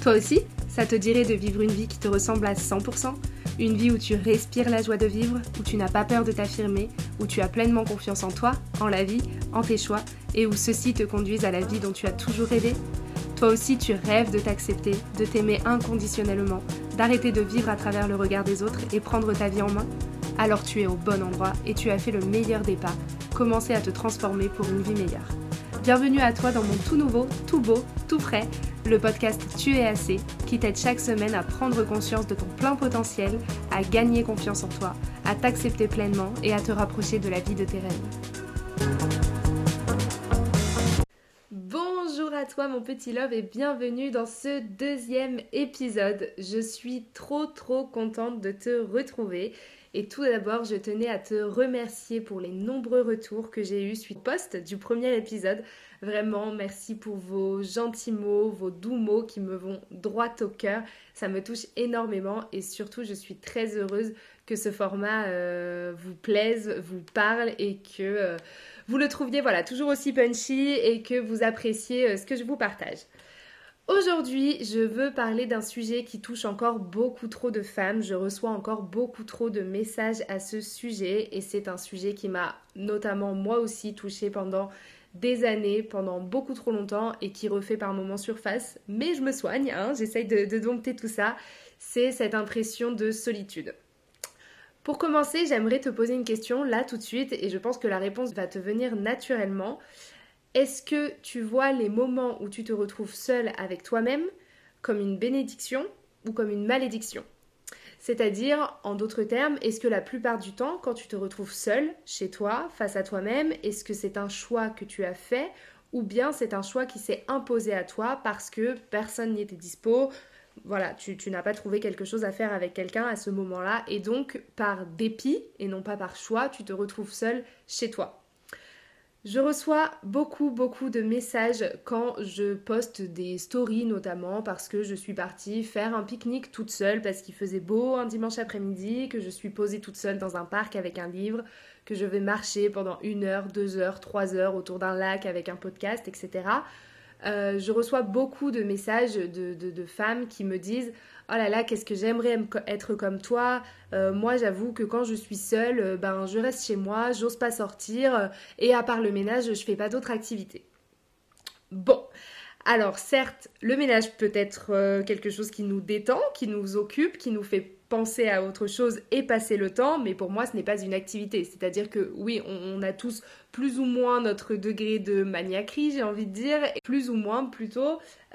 Toi aussi, ça te dirait de vivre une vie qui te ressemble à 100%? Une vie où tu respires la joie de vivre, où tu n'as pas peur de t'affirmer, où tu as pleinement confiance en toi, en la vie, en tes choix, et où ceux-ci te conduisent à la vie dont tu as toujours rêvé? Toi aussi, tu rêves de t'accepter, de t'aimer inconditionnellement, d'arrêter de vivre à travers le regard des autres et prendre ta vie en main? Alors tu es au bon endroit et tu as fait le meilleur des pas, commencer à te transformer pour une vie meilleure. Bienvenue à toi dans mon tout nouveau, tout beau, tout frais, le podcast Tu es assez, qui t'aide chaque semaine à prendre conscience de ton plein potentiel, à gagner confiance en toi, à t'accepter pleinement et à te rapprocher de la vie de tes rêves. Bonjour à toi mon petit love et bienvenue dans ce deuxième épisode. Je suis trop contente de te retrouver. Et tout d'abord, je tenais à te remercier pour les nombreux retours que j'ai eus suite au post du premier épisode. Vraiment, merci pour vos gentils mots, vos doux mots qui me vont droit au cœur. Ça me touche énormément et surtout, je suis très heureuse que ce format vous plaise, vous parle et que vous le trouviez toujours aussi punchy et que vous appréciez ce que je vous partage. Aujourd'hui, je veux parler d'un sujet qui touche encore beaucoup trop de femmes. Je reçois encore beaucoup trop de messages à ce sujet et c'est un sujet qui m'a notamment moi aussi touchée pendant des années, pendant beaucoup trop longtemps et qui refait par moments surface. Mais je me soigne, j'essaye de dompter tout ça. C'est cette impression de solitude. Pour commencer, j'aimerais te poser une question là tout de suite et je pense que la réponse va te venir naturellement. Est-ce que tu vois les moments où tu te retrouves seule avec toi-même comme une bénédiction ou comme une malédiction? C'est-à-dire, en d'autres termes, est-ce que la plupart du temps, quand tu te retrouves seule, chez toi, face à toi-même, est-ce que c'est un choix que tu as fait ou bien c'est un choix qui s'est imposé à toi parce que personne n'y était dispo? Voilà, tu n'as pas trouvé quelque chose à faire avec quelqu'un à ce moment-là et donc, par dépit et non pas par choix, tu te retrouves seule chez toi. Je reçois beaucoup de messages quand je poste des stories notamment parce que je suis partie faire un pique-nique toute seule parce qu'il faisait beau un dimanche après-midi, que je suis posée toute seule dans un parc avec un livre, que je vais marcher pendant 1 heure, 2 heures, 3 heures autour d'un lac avec un podcast, etc. Je reçois beaucoup de messages de femmes qui me disent « Oh là là, qu'est-ce que j'aimerais être comme toi moi, j'avoue que quand je suis seule, je reste chez moi, j'ose pas sortir et à part le ménage, je fais pas d'autres activités. » Bon, alors certes, le ménage peut être quelque chose qui nous détend, qui nous occupe, qui nous fait penser à autre chose et passer le temps, mais pour moi, ce n'est pas une activité. C'est-à-dire que oui, on a tous plus ou moins notre degré de maniaquerie, j'ai envie de dire, et plus ou moins plutôt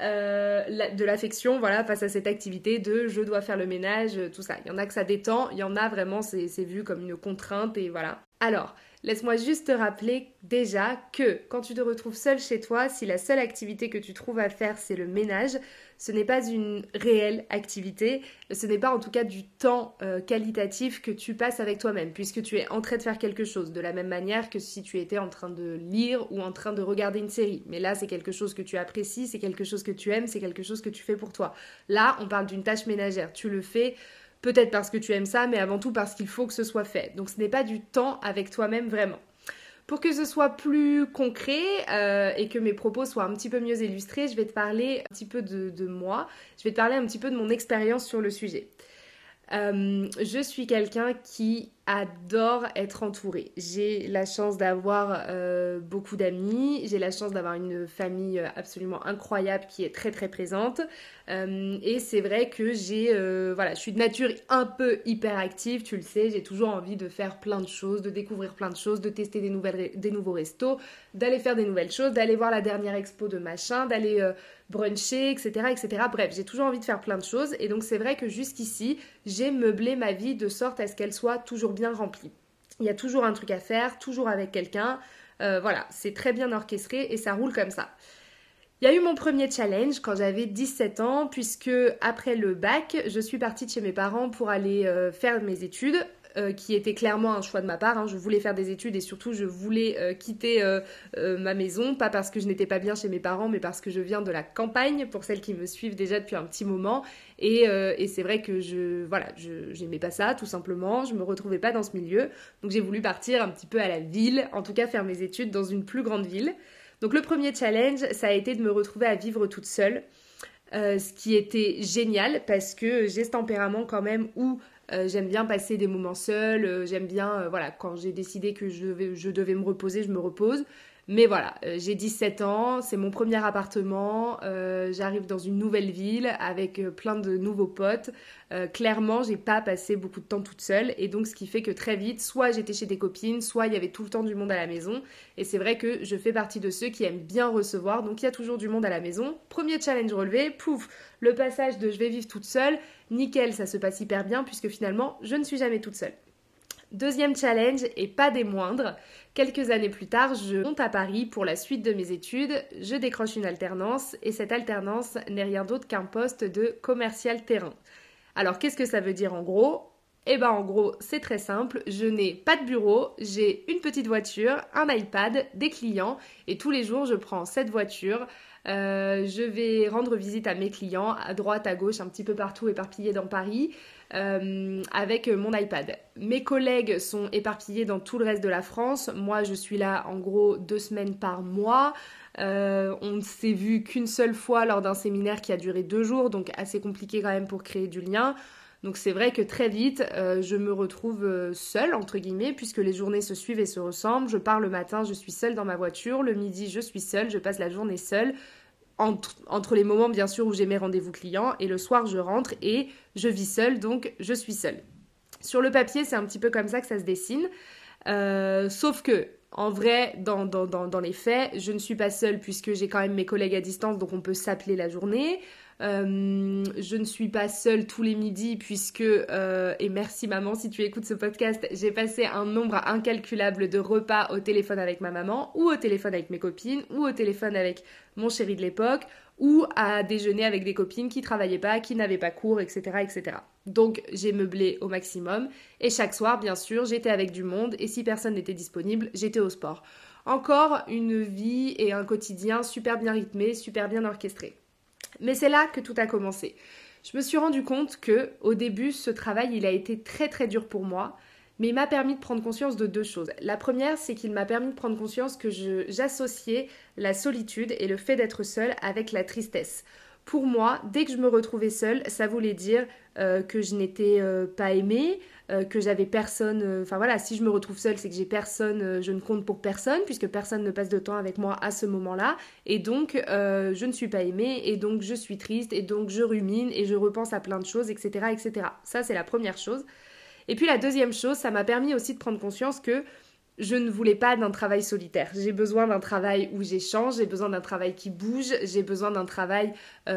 de l'affection, face à cette activité de je dois faire le ménage, tout ça. Il y en a que ça détend, il y en a vraiment, c'est vu comme une contrainte et voilà. Alors, laisse-moi juste te rappeler déjà que quand tu te retrouves seule chez toi, si la seule activité que tu trouves à faire c'est le ménage, ce n'est pas une réelle activité, ce n'est pas en tout cas du temps qualitatif que tu passes avec toi-même puisque tu es en train de faire quelque chose de la même manière que si tu étais en train de lire ou en train de regarder une série. Mais là, c'est quelque chose que tu apprécies, c'est quelque chose que tu aimes, c'est quelque chose que tu fais pour toi. Là, on parle d'une tâche ménagère. Tu le fais peut-être parce que tu aimes ça, mais avant tout parce qu'il faut que ce soit fait. Donc ce n'est pas du temps avec toi-même vraiment. Pour que ce soit plus concret et que mes propos soient un petit peu mieux illustrés, je vais te parler un petit peu de moi. Je vais te parler un petit peu de mon expérience sur le sujet. Je suis quelqu'un qui adore être entourée. J'ai la chance d'avoir beaucoup d'amis, j'ai la chance d'avoir une famille absolument incroyable qui est très présente et c'est vrai que je suis de nature un peu hyperactive, tu le sais, j'ai toujours envie de faire plein de choses, de découvrir plein de choses, de tester des nouveaux restos, d'aller faire des nouvelles choses, d'aller voir la dernière expo de machin, d'aller bruncher, etc. Bref, j'ai toujours envie de faire plein de choses et donc c'est vrai que jusqu'ici, j'ai meublé ma vie de sorte à ce qu'elle soit toujours bien remplie. Il y a toujours un truc à faire, toujours avec quelqu'un, c'est très bien orchestré et ça roule comme ça. Il y a eu mon premier challenge quand j'avais 17 ans puisque après le bac, je suis partie de chez mes parents pour aller faire mes études. Qui était clairement un choix de ma part. Je voulais faire des études et surtout je voulais quitter ma maison, pas parce que je n'étais pas bien chez mes parents, mais parce que je viens de la campagne, pour celles qui me suivent déjà depuis un petit moment. Et c'est vrai que je j'aimais pas ça, tout simplement. Je me retrouvais pas dans ce milieu. Donc j'ai voulu partir un petit peu à la ville, en tout cas faire mes études dans une plus grande ville. Donc le premier challenge, ça a été de me retrouver à vivre toute seule. ce qui était génial parce que j'ai ce tempérament quand même où j'aime bien passer des moments seuls, j'aime bien, voilà, quand j'ai décidé que je devais me reposer, je me repose. Mais voilà, j'ai 17 ans, c'est mon premier appartement, j'arrive dans une nouvelle ville avec plein de nouveaux potes. Clairement, j'ai pas passé beaucoup de temps toute seule et donc ce qui fait que très vite, soit j'étais chez des copines, soit il y avait tout le temps du monde à la maison. Et c'est vrai que je fais partie de ceux qui aiment bien recevoir, donc il y a toujours du monde à la maison. Premier challenge relevé, pouf, le passage de je vais vivre toute seule, nickel, ça se passe hyper bien puisque finalement, je ne suis jamais toute seule. Deuxième challenge, et pas des moindres, quelques années plus tard, je monte à Paris pour la suite de mes études, je décroche une alternance et cette alternance n'est rien d'autre qu'un poste de commercial terrain. Alors qu'est-ce que ça veut dire en gros ? Eh ben en gros c'est très simple, je n'ai pas de bureau, j'ai une petite voiture, un iPad, des clients et tous les jours je prends cette voiture, je vais rendre visite à mes clients à droite, à gauche, un petit peu partout éparpillés dans Paris. Avec mon iPad. Mes collègues sont éparpillés dans tout le reste de la France. Moi, je suis là en gros 2 semaines par mois. On ne s'est vu qu'une seule fois lors d'un séminaire qui a duré 2 jours, donc assez compliqué quand même pour créer du lien. Donc c'est vrai que très vite, je me retrouve seule, entre guillemets, puisque les journées se suivent et se ressemblent. Je pars le matin, je suis seule dans ma voiture. Le midi, je suis seule, je passe la journée seule. Entre les moments bien sûr où j'ai mes rendez-vous clients et le soir je rentre et je vis seule, donc je suis seule. Sur le papier c'est un petit peu comme ça que ça se dessine, sauf que en vrai dans les faits je ne suis pas seule puisque j'ai quand même mes collègues à distance donc on peut s'appeler la journée. Je ne suis pas seule tous les midis puisque, et merci maman si tu écoutes ce podcast, j'ai passé un nombre incalculable de repas au téléphone avec ma maman ou au téléphone avec mes copines ou au téléphone avec mon chéri de l'époque ou à déjeuner avec des copines qui travaillaient pas, qui n'avaient pas cours, etc., etc. Donc j'ai meublé au maximum et chaque soir bien sûr j'étais avec du monde et si personne n'était disponible j'étais au sport. Encore une vie et un quotidien super bien rythmé, super bien orchestré. Mais c'est là que tout a commencé. Je me suis rendu compte que, au début, ce travail, il a été très très dur pour moi, mais il m'a permis de prendre conscience de 2 choses. La première, c'est qu'il m'a permis de prendre conscience que j'associais la solitude et le fait d'être seule avec la tristesse. Pour moi, dès que je me retrouvais seule, ça voulait dire que je n'étais pas aimée, que j'avais personne. Enfin voilà, si je me retrouve seule, c'est que j'ai personne, je ne compte pour personne, puisque personne ne passe de temps avec moi à ce moment-là. Et donc, je ne suis pas aimée, et donc je suis triste, et donc je rumine, et je repense à plein de choses, etc., etc. Ça, c'est la première chose. Et puis la deuxième chose, ça m'a permis aussi de prendre conscience que je ne voulais pas d'un travail solitaire. J'ai besoin d'un travail où j'échange, j'ai besoin d'un travail qui bouge, j'ai besoin d'un travail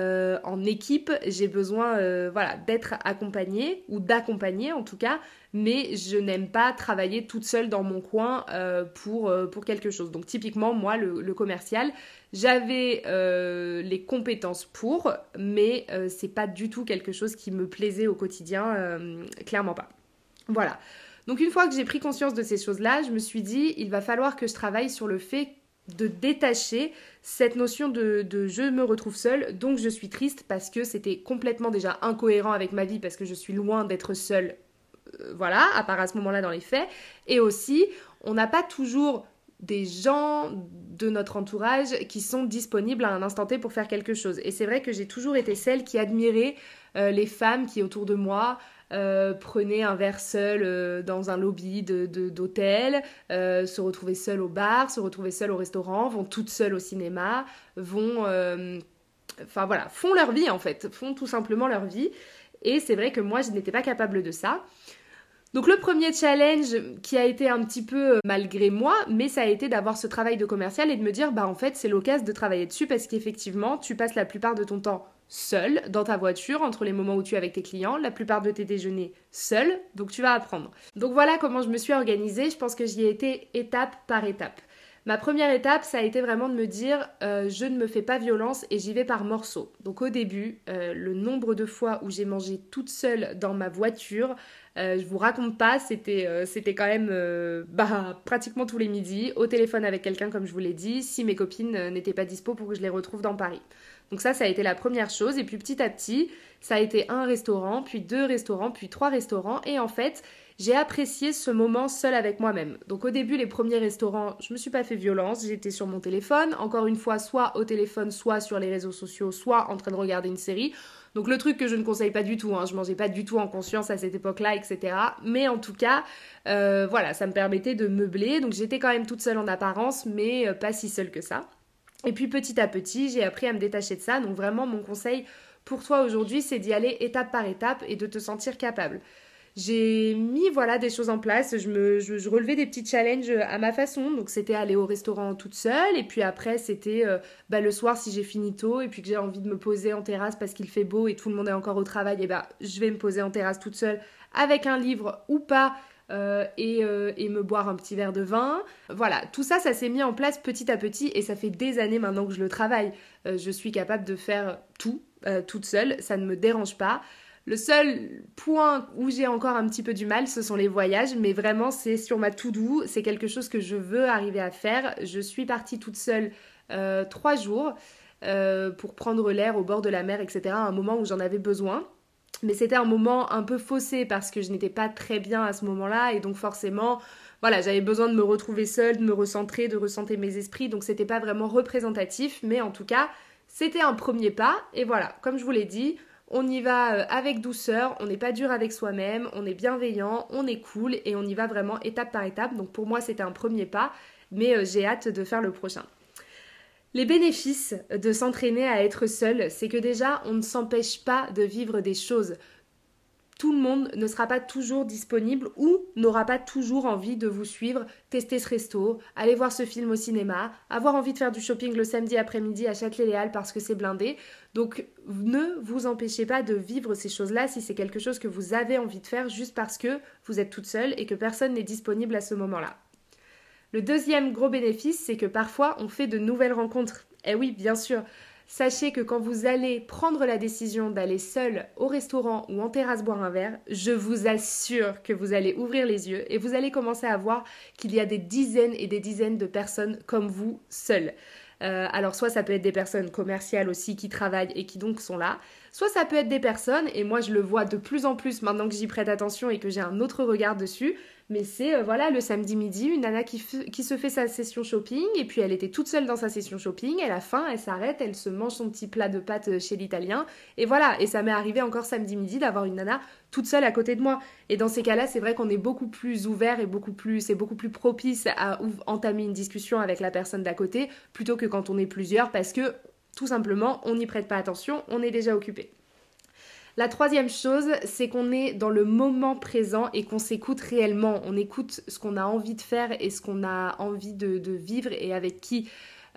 en équipe, j'ai besoin voilà, d'être accompagnée ou d'accompagner en tout cas, mais je n'aime pas travailler toute seule dans mon coin pour quelque chose. Donc typiquement, moi, le commercial, j'avais les compétences pour, mais c'est pas du tout quelque chose qui me plaisait au quotidien, clairement pas. Voilà. Donc une fois que j'ai pris conscience de ces choses-là, je me suis dit, il va falloir que je travaille sur le fait de détacher cette notion de je me retrouve seule, donc je suis triste parce que c'était complètement déjà incohérent avec ma vie parce que je suis loin d'être seule, voilà, à part à ce moment-là dans les faits. Et aussi, on n'a pas toujours des gens de notre entourage qui sont disponibles à un instant T pour faire quelque chose. Et c'est vrai que j'ai toujours été celle qui admirait les femmes qui autour de moi prenaient un verre seul dans un lobby d'hôtel, se retrouver seule au bar, se retrouver seule au restaurant, vont toutes seules au cinéma, vont... Enfin voilà, font leur vie en fait, font tout simplement leur vie. Et c'est vrai que moi, je n'étais pas capable de ça. Donc le premier challenge qui a été un petit peu malgré moi, mais ça a été d'avoir ce travail de commercial et de me dire, bah en fait c'est l'occasion de travailler dessus parce qu'effectivement tu passes la plupart de ton temps seul dans ta voiture entre les moments où tu es avec tes clients, la plupart de tes déjeuners seul, donc tu vas apprendre. Donc voilà comment je me suis organisée, je pense que j'y ai été étape par étape. Ma première étape, ça a été vraiment de me dire je ne me fais pas violence et j'y vais par morceaux. Donc au début, le nombre de fois où j'ai mangé toute seule dans ma voiture, je vous raconte pas, c'était quand même pratiquement tous les midis, au téléphone avec quelqu'un comme je vous l'ai dit, si mes copines n'étaient pas dispo pour que je les retrouve dans Paris. Donc ça a été la première chose. Et puis petit à petit, ça a été un restaurant, puis 2 restaurants, puis 3 restaurants. Et en fait, j'ai apprécié ce moment seul avec moi-même. Donc au début, les premiers restaurants, je me suis pas fait violence, j'étais sur mon téléphone, encore une fois, soit au téléphone, soit sur les réseaux sociaux, soit en train de regarder une série. Donc le truc que je ne conseille pas du tout, je mangeais pas du tout en conscience à cette époque-là, etc. Mais en tout cas, voilà, ça me permettait de meubler. Donc j'étais quand même toute seule en apparence, mais pas si seule que ça. Et puis petit à petit, j'ai appris à me détacher de ça. Donc vraiment, mon conseil pour toi aujourd'hui, c'est d'y aller étape par étape et de te sentir capable. J'ai mis des choses en place, je relevais des petits challenges à ma façon, donc c'était aller au restaurant toute seule, et puis après c'était le soir si j'ai fini tôt et puis que j'ai envie de me poser en terrasse parce qu'il fait beau et tout le monde est encore au travail, et je vais me poser en terrasse toute seule avec un livre ou pas, et me boire un petit verre de vin. Voilà, tout ça, ça s'est mis en place petit à petit et ça fait des années maintenant que je le travaille. Je suis capable de faire tout toute seule, ça ne me dérange pas. Le seul point où j'ai encore un petit peu du mal, ce sont les voyages, mais vraiment c'est sur ma to-do, c'est quelque chose que je veux arriver à faire. Je suis partie toute seule 3 jours pour prendre l'air au bord de la mer, etc. à un moment où j'en avais besoin. Mais c'était un moment un peu faussé parce que je n'étais pas très bien à ce moment-là et donc forcément, voilà, j'avais besoin de me retrouver seule, de me recentrer, de recentrer mes esprits, donc c'était pas vraiment représentatif, mais en tout cas, c'était un premier pas et voilà, comme je vous l'ai dit, on y va avec douceur, on n'est pas dur avec soi-même, on est bienveillant, on est cool et on y va vraiment étape par étape. Donc pour moi, c'était un premier pas, mais j'ai hâte de faire le prochain. Les bénéfices de s'entraîner à être seul, c'est que déjà, on ne s'empêche pas de vivre des choses. Tout le monde ne sera pas toujours disponible ou n'aura pas toujours envie de vous suivre, tester ce resto, aller voir ce film au cinéma, avoir envie de faire du shopping le samedi après-midi à Châtelet-Les-Halles parce que c'est blindé. Donc ne vous empêchez pas de vivre ces choses-là si c'est quelque chose que vous avez envie de faire juste parce que vous êtes toute seule et que personne n'est disponible à ce moment-là. Le deuxième gros bénéfice, c'est que parfois on fait de nouvelles rencontres. Eh oui, bien sûr. Sachez que quand vous allez prendre la décision d'aller seul au restaurant ou en terrasse boire un verre, je vous assure que vous allez ouvrir les yeux et vous allez commencer à voir qu'il y a des dizaines et des dizaines de personnes comme vous seules. Alors soit ça peut être des personnes commerciales aussi qui travaillent et qui donc sont là, soit ça peut être des personnes, et moi je le vois de plus en plus maintenant que j'y prête attention et que j'ai un autre regard dessus, mais c'est le samedi midi, une nana qui se fait sa session shopping et puis elle était toute seule dans sa session shopping, à la fin elle s'arrête, elle se mange son petit plat de pâtes chez l'italien et voilà, et ça m'est arrivé encore samedi midi d'avoir une nana toute seule à côté de moi. Et dans ces cas-là, c'est vrai qu'on est beaucoup plus ouvert et c'est beaucoup plus propice à entamer une discussion avec la personne d'à côté plutôt que quand on est plusieurs parce que tout simplement, on n'y prête pas attention, on est déjà occupé. La troisième chose, c'est qu'on est dans le moment présent et qu'on s'écoute réellement. On écoute ce qu'on a envie de faire et ce qu'on a envie de vivre et avec qui.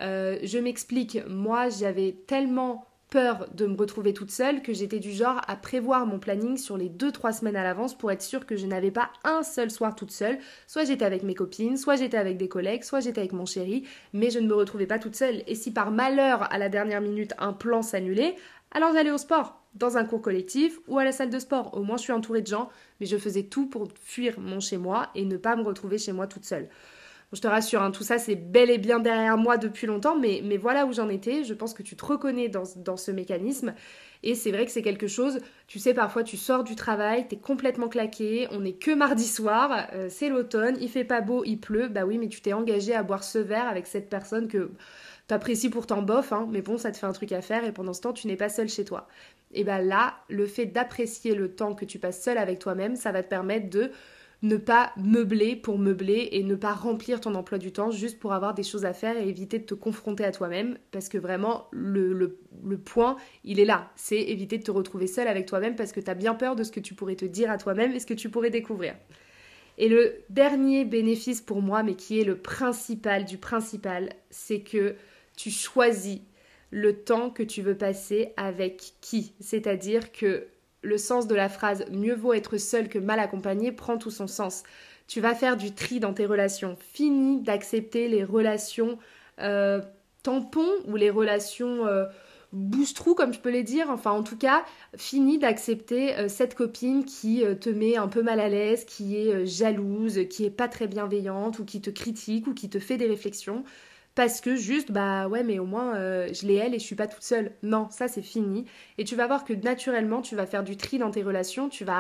Je m'explique, moi j'avais tellement peur de me retrouver toute seule que j'étais du genre à prévoir mon planning sur les 2-3 semaines à l'avance pour être sûre que je n'avais pas un seul soir toute seule. Soit j'étais avec mes copines, soit j'étais avec des collègues, soit j'étais avec mon chéri, mais je ne me retrouvais pas toute seule. Et si par malheur, à la dernière minute, un plan s'annulait, alors j'allais au sport, dans un cours collectif ou à la salle de sport. Au moins je suis entourée de gens, mais je faisais tout pour fuir mon chez-moi et ne pas me retrouver chez moi toute seule. Je te rassure, tout ça c'est bel et bien derrière moi depuis longtemps, mais voilà où j'en étais. Je pense que tu te reconnais dans ce mécanisme. Et c'est vrai que c'est quelque chose, tu sais, parfois tu sors du travail, t'es complètement claqué, on n'est que mardi soir, c'est l'automne, il fait pas beau, il pleut, bah oui, mais tu t'es engagé à boire ce verre avec cette personne que t'apprécies pourtant bof, mais bon, ça te fait un truc à faire et pendant ce temps, tu n'es pas seul chez toi. Et bah là, le fait d'apprécier le temps que tu passes seul avec toi-même, ça va te permettre de ne pas meubler pour meubler et ne pas remplir ton emploi du temps juste pour avoir des choses à faire et éviter de te confronter à toi-même parce que vraiment le point il est là, c'est éviter de te retrouver seul avec toi-même parce que tu as bien peur de ce que tu pourrais te dire à toi-même et ce que tu pourrais découvrir. Et le dernier bénéfice pour moi, mais qui est le principal du principal, c'est que tu choisis le temps que tu veux passer avec qui, c'est-à-dire que le sens de la phrase « mieux vaut être seul que mal accompagné » prend tout son sens. Tu vas faire du tri dans tes relations. Fini d'accepter les relations tampons ou les relations bouche-trou, comme je peux les dire. Enfin, en tout cas, fini d'accepter cette copine qui te met un peu mal à l'aise, qui est jalouse, qui est pas très bienveillante ou qui te critique ou qui te fait des réflexions. Parce que juste, ouais, mais au moins, je l'ai elle et je suis pas toute seule. Non, ça c'est fini. Et tu vas voir que naturellement, tu vas faire du tri dans tes relations, tu vas arrêter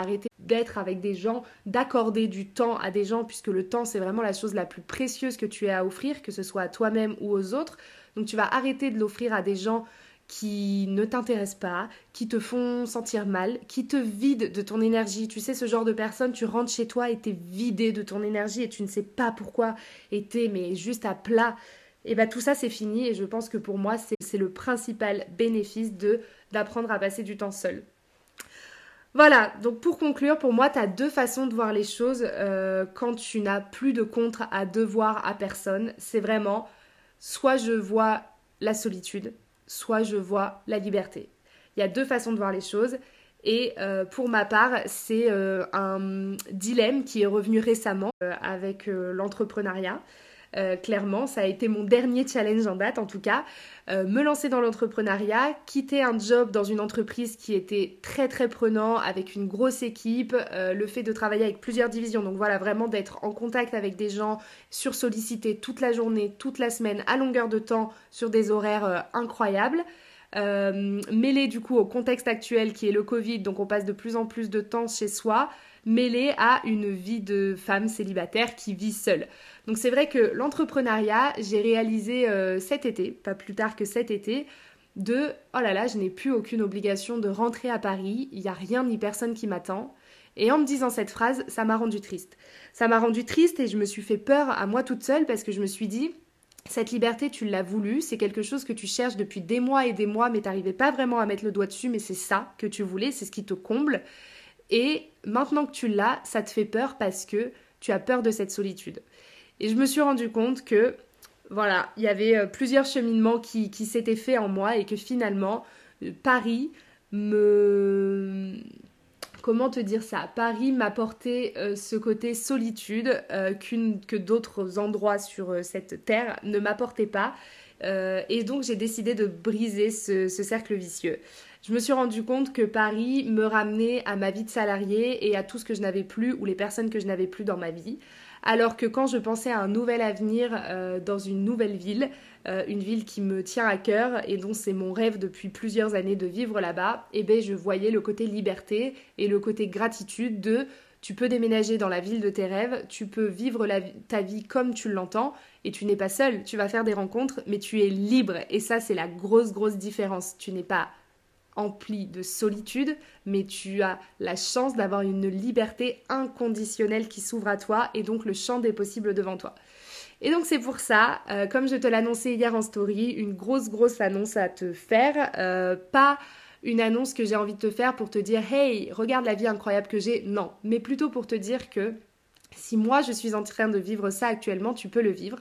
d'être avec des gens, d'accorder du temps à des gens, puisque le temps, c'est vraiment la chose la plus précieuse que tu aies à offrir, que ce soit à toi-même ou aux autres. Donc tu vas arrêter de l'offrir à des gens qui ne t'intéressent pas, qui te font sentir mal, qui te vident de ton énergie. Tu sais, ce genre de personne, tu rentres chez toi et t'es vidé de ton énergie et tu ne sais pas pourquoi, et t'es mais juste à plat. Et bien tout ça c'est fini et je pense que pour moi c'est le principal bénéfice d'apprendre à passer du temps seul. Voilà, donc pour conclure, pour moi, tu as deux façons de voir les choses quand tu n'as plus de contre à devoir à personne. C'est vraiment, soit je vois la solitude, soit je vois la liberté. Il y a deux façons de voir les choses. Et pour ma part, c'est un dilemme qui est revenu récemment avec l'entrepreneuriat. Clairement, ça a été mon dernier challenge en date en tout cas. Me lancer dans l'entrepreneuriat, quitter un job dans une entreprise qui était très très prenant, avec une grosse équipe, le fait de travailler avec plusieurs divisions, donc voilà, vraiment d'être en contact avec des gens, sursollicités toute la journée, toute la semaine, à longueur de temps, sur des horaires incroyables. Mêlé du coup au contexte actuel qui est le Covid, donc on passe de plus en plus de temps chez soi, mêlé à une vie de femme célibataire qui vit seule. Donc c'est vrai que l'entrepreneuriat, j'ai réalisé cet été, pas plus tard que cet été, de oh là là, je n'ai plus aucune obligation de rentrer à Paris, il n'y a rien ni personne qui m'attend. Et en me disant cette phrase, ça m'a rendue triste. Ça m'a rendue triste et je me suis fait peur à moi toute seule parce que je me suis dit, cette liberté, tu l'as voulu, c'est quelque chose que tu cherches depuis des mois et des mois, mais tu n'arrivais pas vraiment à mettre le doigt dessus, mais c'est ça que tu voulais, c'est ce qui te comble. Et maintenant que tu l'as, ça te fait peur parce que tu as peur de cette solitude. Et je me suis rendu compte que, voilà, il y avait plusieurs cheminements qui s'étaient faits en moi et que finalement, Paris me... Comment te dire ça? Paris m'apportait ce côté solitude que d'autres endroits sur cette terre ne m'apportaient pas. Et donc j'ai décidé de briser ce cercle vicieux. Je me suis rendu compte que Paris me ramenait à ma vie de salarié et à tout ce que je n'avais plus ou les personnes que je n'avais plus dans ma vie. Alors que quand je pensais à un nouvel avenir dans une nouvelle ville, une ville qui me tient à cœur et dont c'est mon rêve depuis plusieurs années de vivre là-bas, eh ben je voyais le côté liberté et le côté gratitude de tu peux déménager dans la ville de tes rêves, tu peux vivre ta vie comme tu l'entends et tu n'es pas seul, tu vas faire des rencontres mais tu es libre et ça c'est la grosse différence. Tu n'es pas empli de solitude, mais tu as la chance d'avoir une liberté inconditionnelle qui s'ouvre à toi et donc le champ des possibles devant toi. Et donc c'est pour ça, comme je te l'annonçais hier en story, une grosse annonce à te faire, pas une annonce que j'ai envie de te faire pour te dire « Hey, regarde la vie incroyable que j'ai », non, mais plutôt pour te dire que si moi je suis en train de vivre ça actuellement, tu peux le vivre.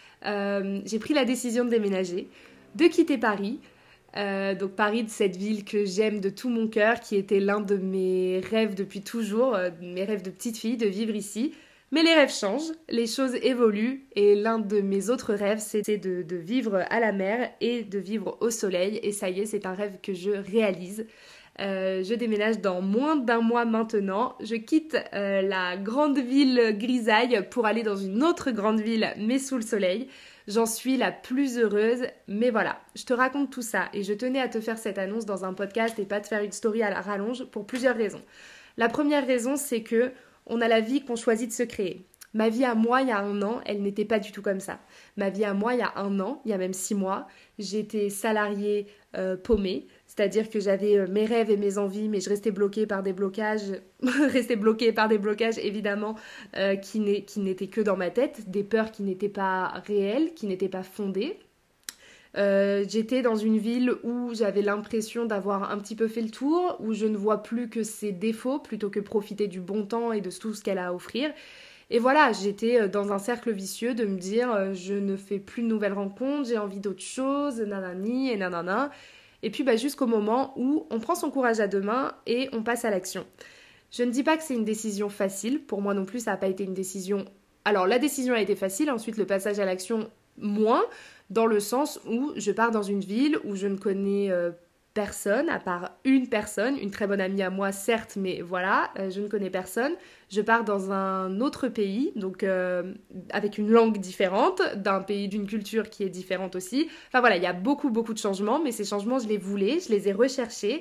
J'ai pris la décision de déménager, de quitter Paris. Donc Paris, de cette ville que j'aime de tout mon cœur, qui était l'un de mes rêves depuis toujours, mes rêves de petite fille, de vivre ici. Mais les rêves changent, les choses évoluent et l'un de mes autres rêves, c'était de vivre à la mer et de vivre au soleil. Et ça y est, c'est un rêve que je réalise. Je déménage dans moins d'un mois maintenant. Je quitte la grande ville grisaille pour aller dans une autre grande ville, mais sous le soleil. J'en suis la plus heureuse, mais voilà, je te raconte tout ça et je tenais à te faire cette annonce dans un podcast et pas te faire une story à la rallonge pour plusieurs raisons. La première raison, c'est que on a la vie qu'on choisit de se créer. Ma vie à moi, il y a un an, elle n'était pas du tout comme ça. Ma vie à moi, il y a un an, il y a même 6 mois, j'étais salariée paumée, c'est-à-dire que j'avais mes rêves et mes envies, mais je restais bloquée par des blocages, évidemment, qui n'étaient que dans ma tête, des peurs qui n'étaient pas réelles, qui n'étaient pas fondées. J'étais dans une ville où j'avais l'impression d'avoir un petit peu fait le tour, où je ne vois plus que ses défauts plutôt que profiter du bon temps et de tout ce qu'elle a à offrir. Et voilà, j'étais dans un cercle vicieux de me dire je ne fais plus de nouvelles rencontres, j'ai envie d'autre chose, nanani et nanana. Et puis jusqu'au moment où on prend son courage à deux mains et on passe à l'action. Je ne dis pas que c'est une décision facile, pour moi non plus ça n'a pas été une décision... Alors la décision a été facile, ensuite le passage à l'action moins, dans le sens où je pars dans une ville où je ne connais personne, à part une personne, une très bonne amie à moi certes, mais voilà, je ne connais personne. Je pars dans un autre pays, donc avec une langue différente, d'un pays, d'une culture qui est différente aussi. Enfin voilà, il y a beaucoup de changements, mais ces changements, je les voulais, je les ai recherchés.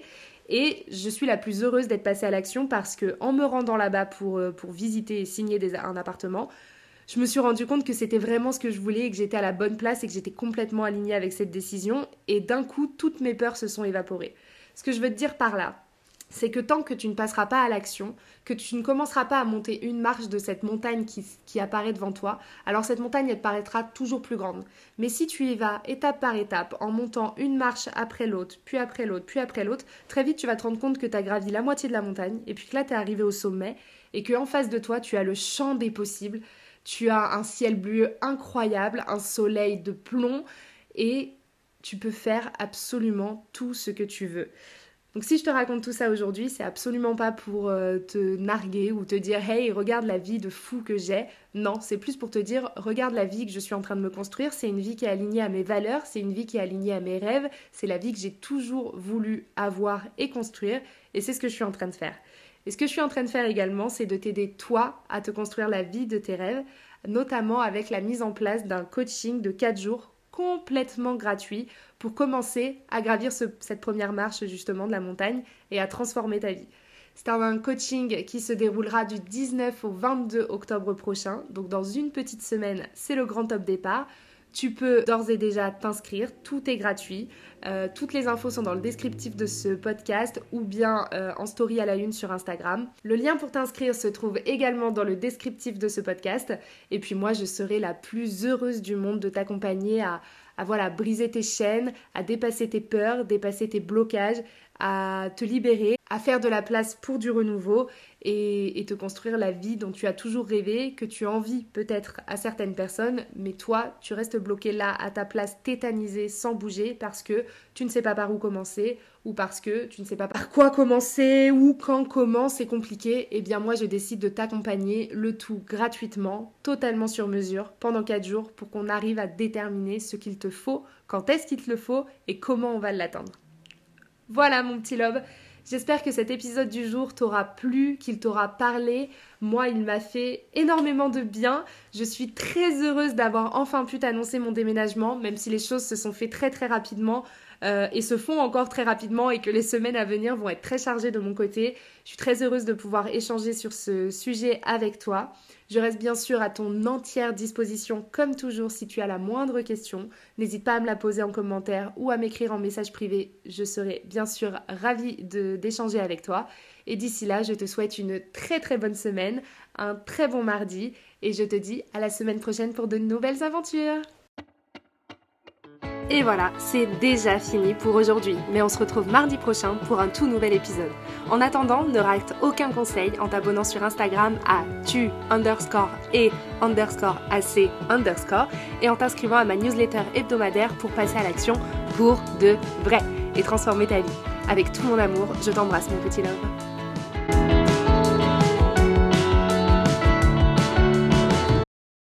Et je suis la plus heureuse d'être passée à l'action parce que en me rendant là-bas pour visiter et signer un appartement, je me suis rendu compte que c'était vraiment ce que je voulais et que j'étais à la bonne place et que j'étais complètement alignée avec cette décision. Et d'un coup, toutes mes peurs se sont évaporées. Ce que je veux te dire par là, c'est que tant que tu ne passeras pas à l'action, que tu ne commenceras pas à monter une marche de cette montagne qui apparaît devant toi, alors cette montagne, elle te paraîtra toujours plus grande. Mais si tu y vas étape par étape, en montant une marche après l'autre, puis après l'autre, puis après l'autre, très vite tu vas te rendre compte que tu as gravi la moitié de la montagne, et puis que là tu es arrivé au sommet, et qu'en face de toi, tu as le champ des possibles, tu as un ciel bleu incroyable, un soleil de plomb, et tu peux faire absolument tout ce que tu veux. Donc si je te raconte tout ça aujourd'hui, c'est absolument pas pour te narguer ou te dire « Hey, regarde la vie de fou que j'ai ». Non, c'est plus pour te dire « Regarde la vie que je suis en train de me construire, c'est une vie qui est alignée à mes valeurs, c'est une vie qui est alignée à mes rêves, c'est la vie que j'ai toujours voulu avoir et construire et c'est ce que je suis en train de faire ». Et ce que je suis en train de faire également, c'est de t'aider toi à te construire la vie de tes rêves, notamment avec la mise en place d'un coaching de 4 jours complètement gratuit pour commencer à gravir cette première marche justement de la montagne et à transformer ta vie. C'est un coaching qui se déroulera du 19 au 22 octobre prochain, donc dans une petite semaine, c'est le grand top départ. Tu peux d'ores et déjà t'inscrire, tout est gratuit. Toutes les infos sont dans le descriptif de ce podcast ou bien en story à la une sur Instagram. Le lien pour t'inscrire se trouve également dans le descriptif de ce podcast. Et puis moi, je serai la plus heureuse du monde de t'accompagner à briser tes chaînes, à dépasser tes peurs, dépasser tes blocages, à te libérer, à faire de la place pour du renouveau et te construire la vie dont tu as toujours rêvé, que tu envies peut-être à certaines personnes, mais toi, tu restes bloqué là à ta place tétanisée sans bouger parce que tu ne sais pas par où commencer ou parce que tu ne sais pas par quoi commencer ou comment c'est compliqué. Eh bien moi, je décide de t'accompagner, le tout gratuitement, totalement sur mesure, pendant 4 jours pour qu'on arrive à déterminer ce qu'il te faut, quand est-ce qu'il te le faut et comment on va l'atteindre. Voilà mon petit lobe, j'espère que cet épisode du jour t'aura plu, qu'il t'aura parlé. Moi, il m'a fait énormément de bien. Je suis très heureuse d'avoir enfin pu t'annoncer mon déménagement, même si les choses se sont fait très très rapidement et se font encore très rapidement et que les semaines à venir vont être très chargées de mon côté. Je suis très heureuse de pouvoir échanger sur ce sujet avec toi. Je reste bien sûr à ton entière disposition comme toujours si tu as la moindre question. N'hésite pas à me la poser en commentaire ou à m'écrire en message privé. Je serai bien sûr ravie d'échanger avec toi. Et d'ici là, je te souhaite une très très bonne semaine, un très bon mardi et je te dis à la semaine prochaine pour de nouvelles aventures. Et voilà, c'est déjà fini pour aujourd'hui, mais on se retrouve mardi prochain pour un tout nouvel épisode. En attendant, ne rate aucun conseil en t'abonnant sur Instagram à tu_et_ac_ et en t'inscrivant à ma newsletter hebdomadaire pour passer à l'action pour de vrai et transformer ta vie. Avec tout mon amour, je t'embrasse mon petit love.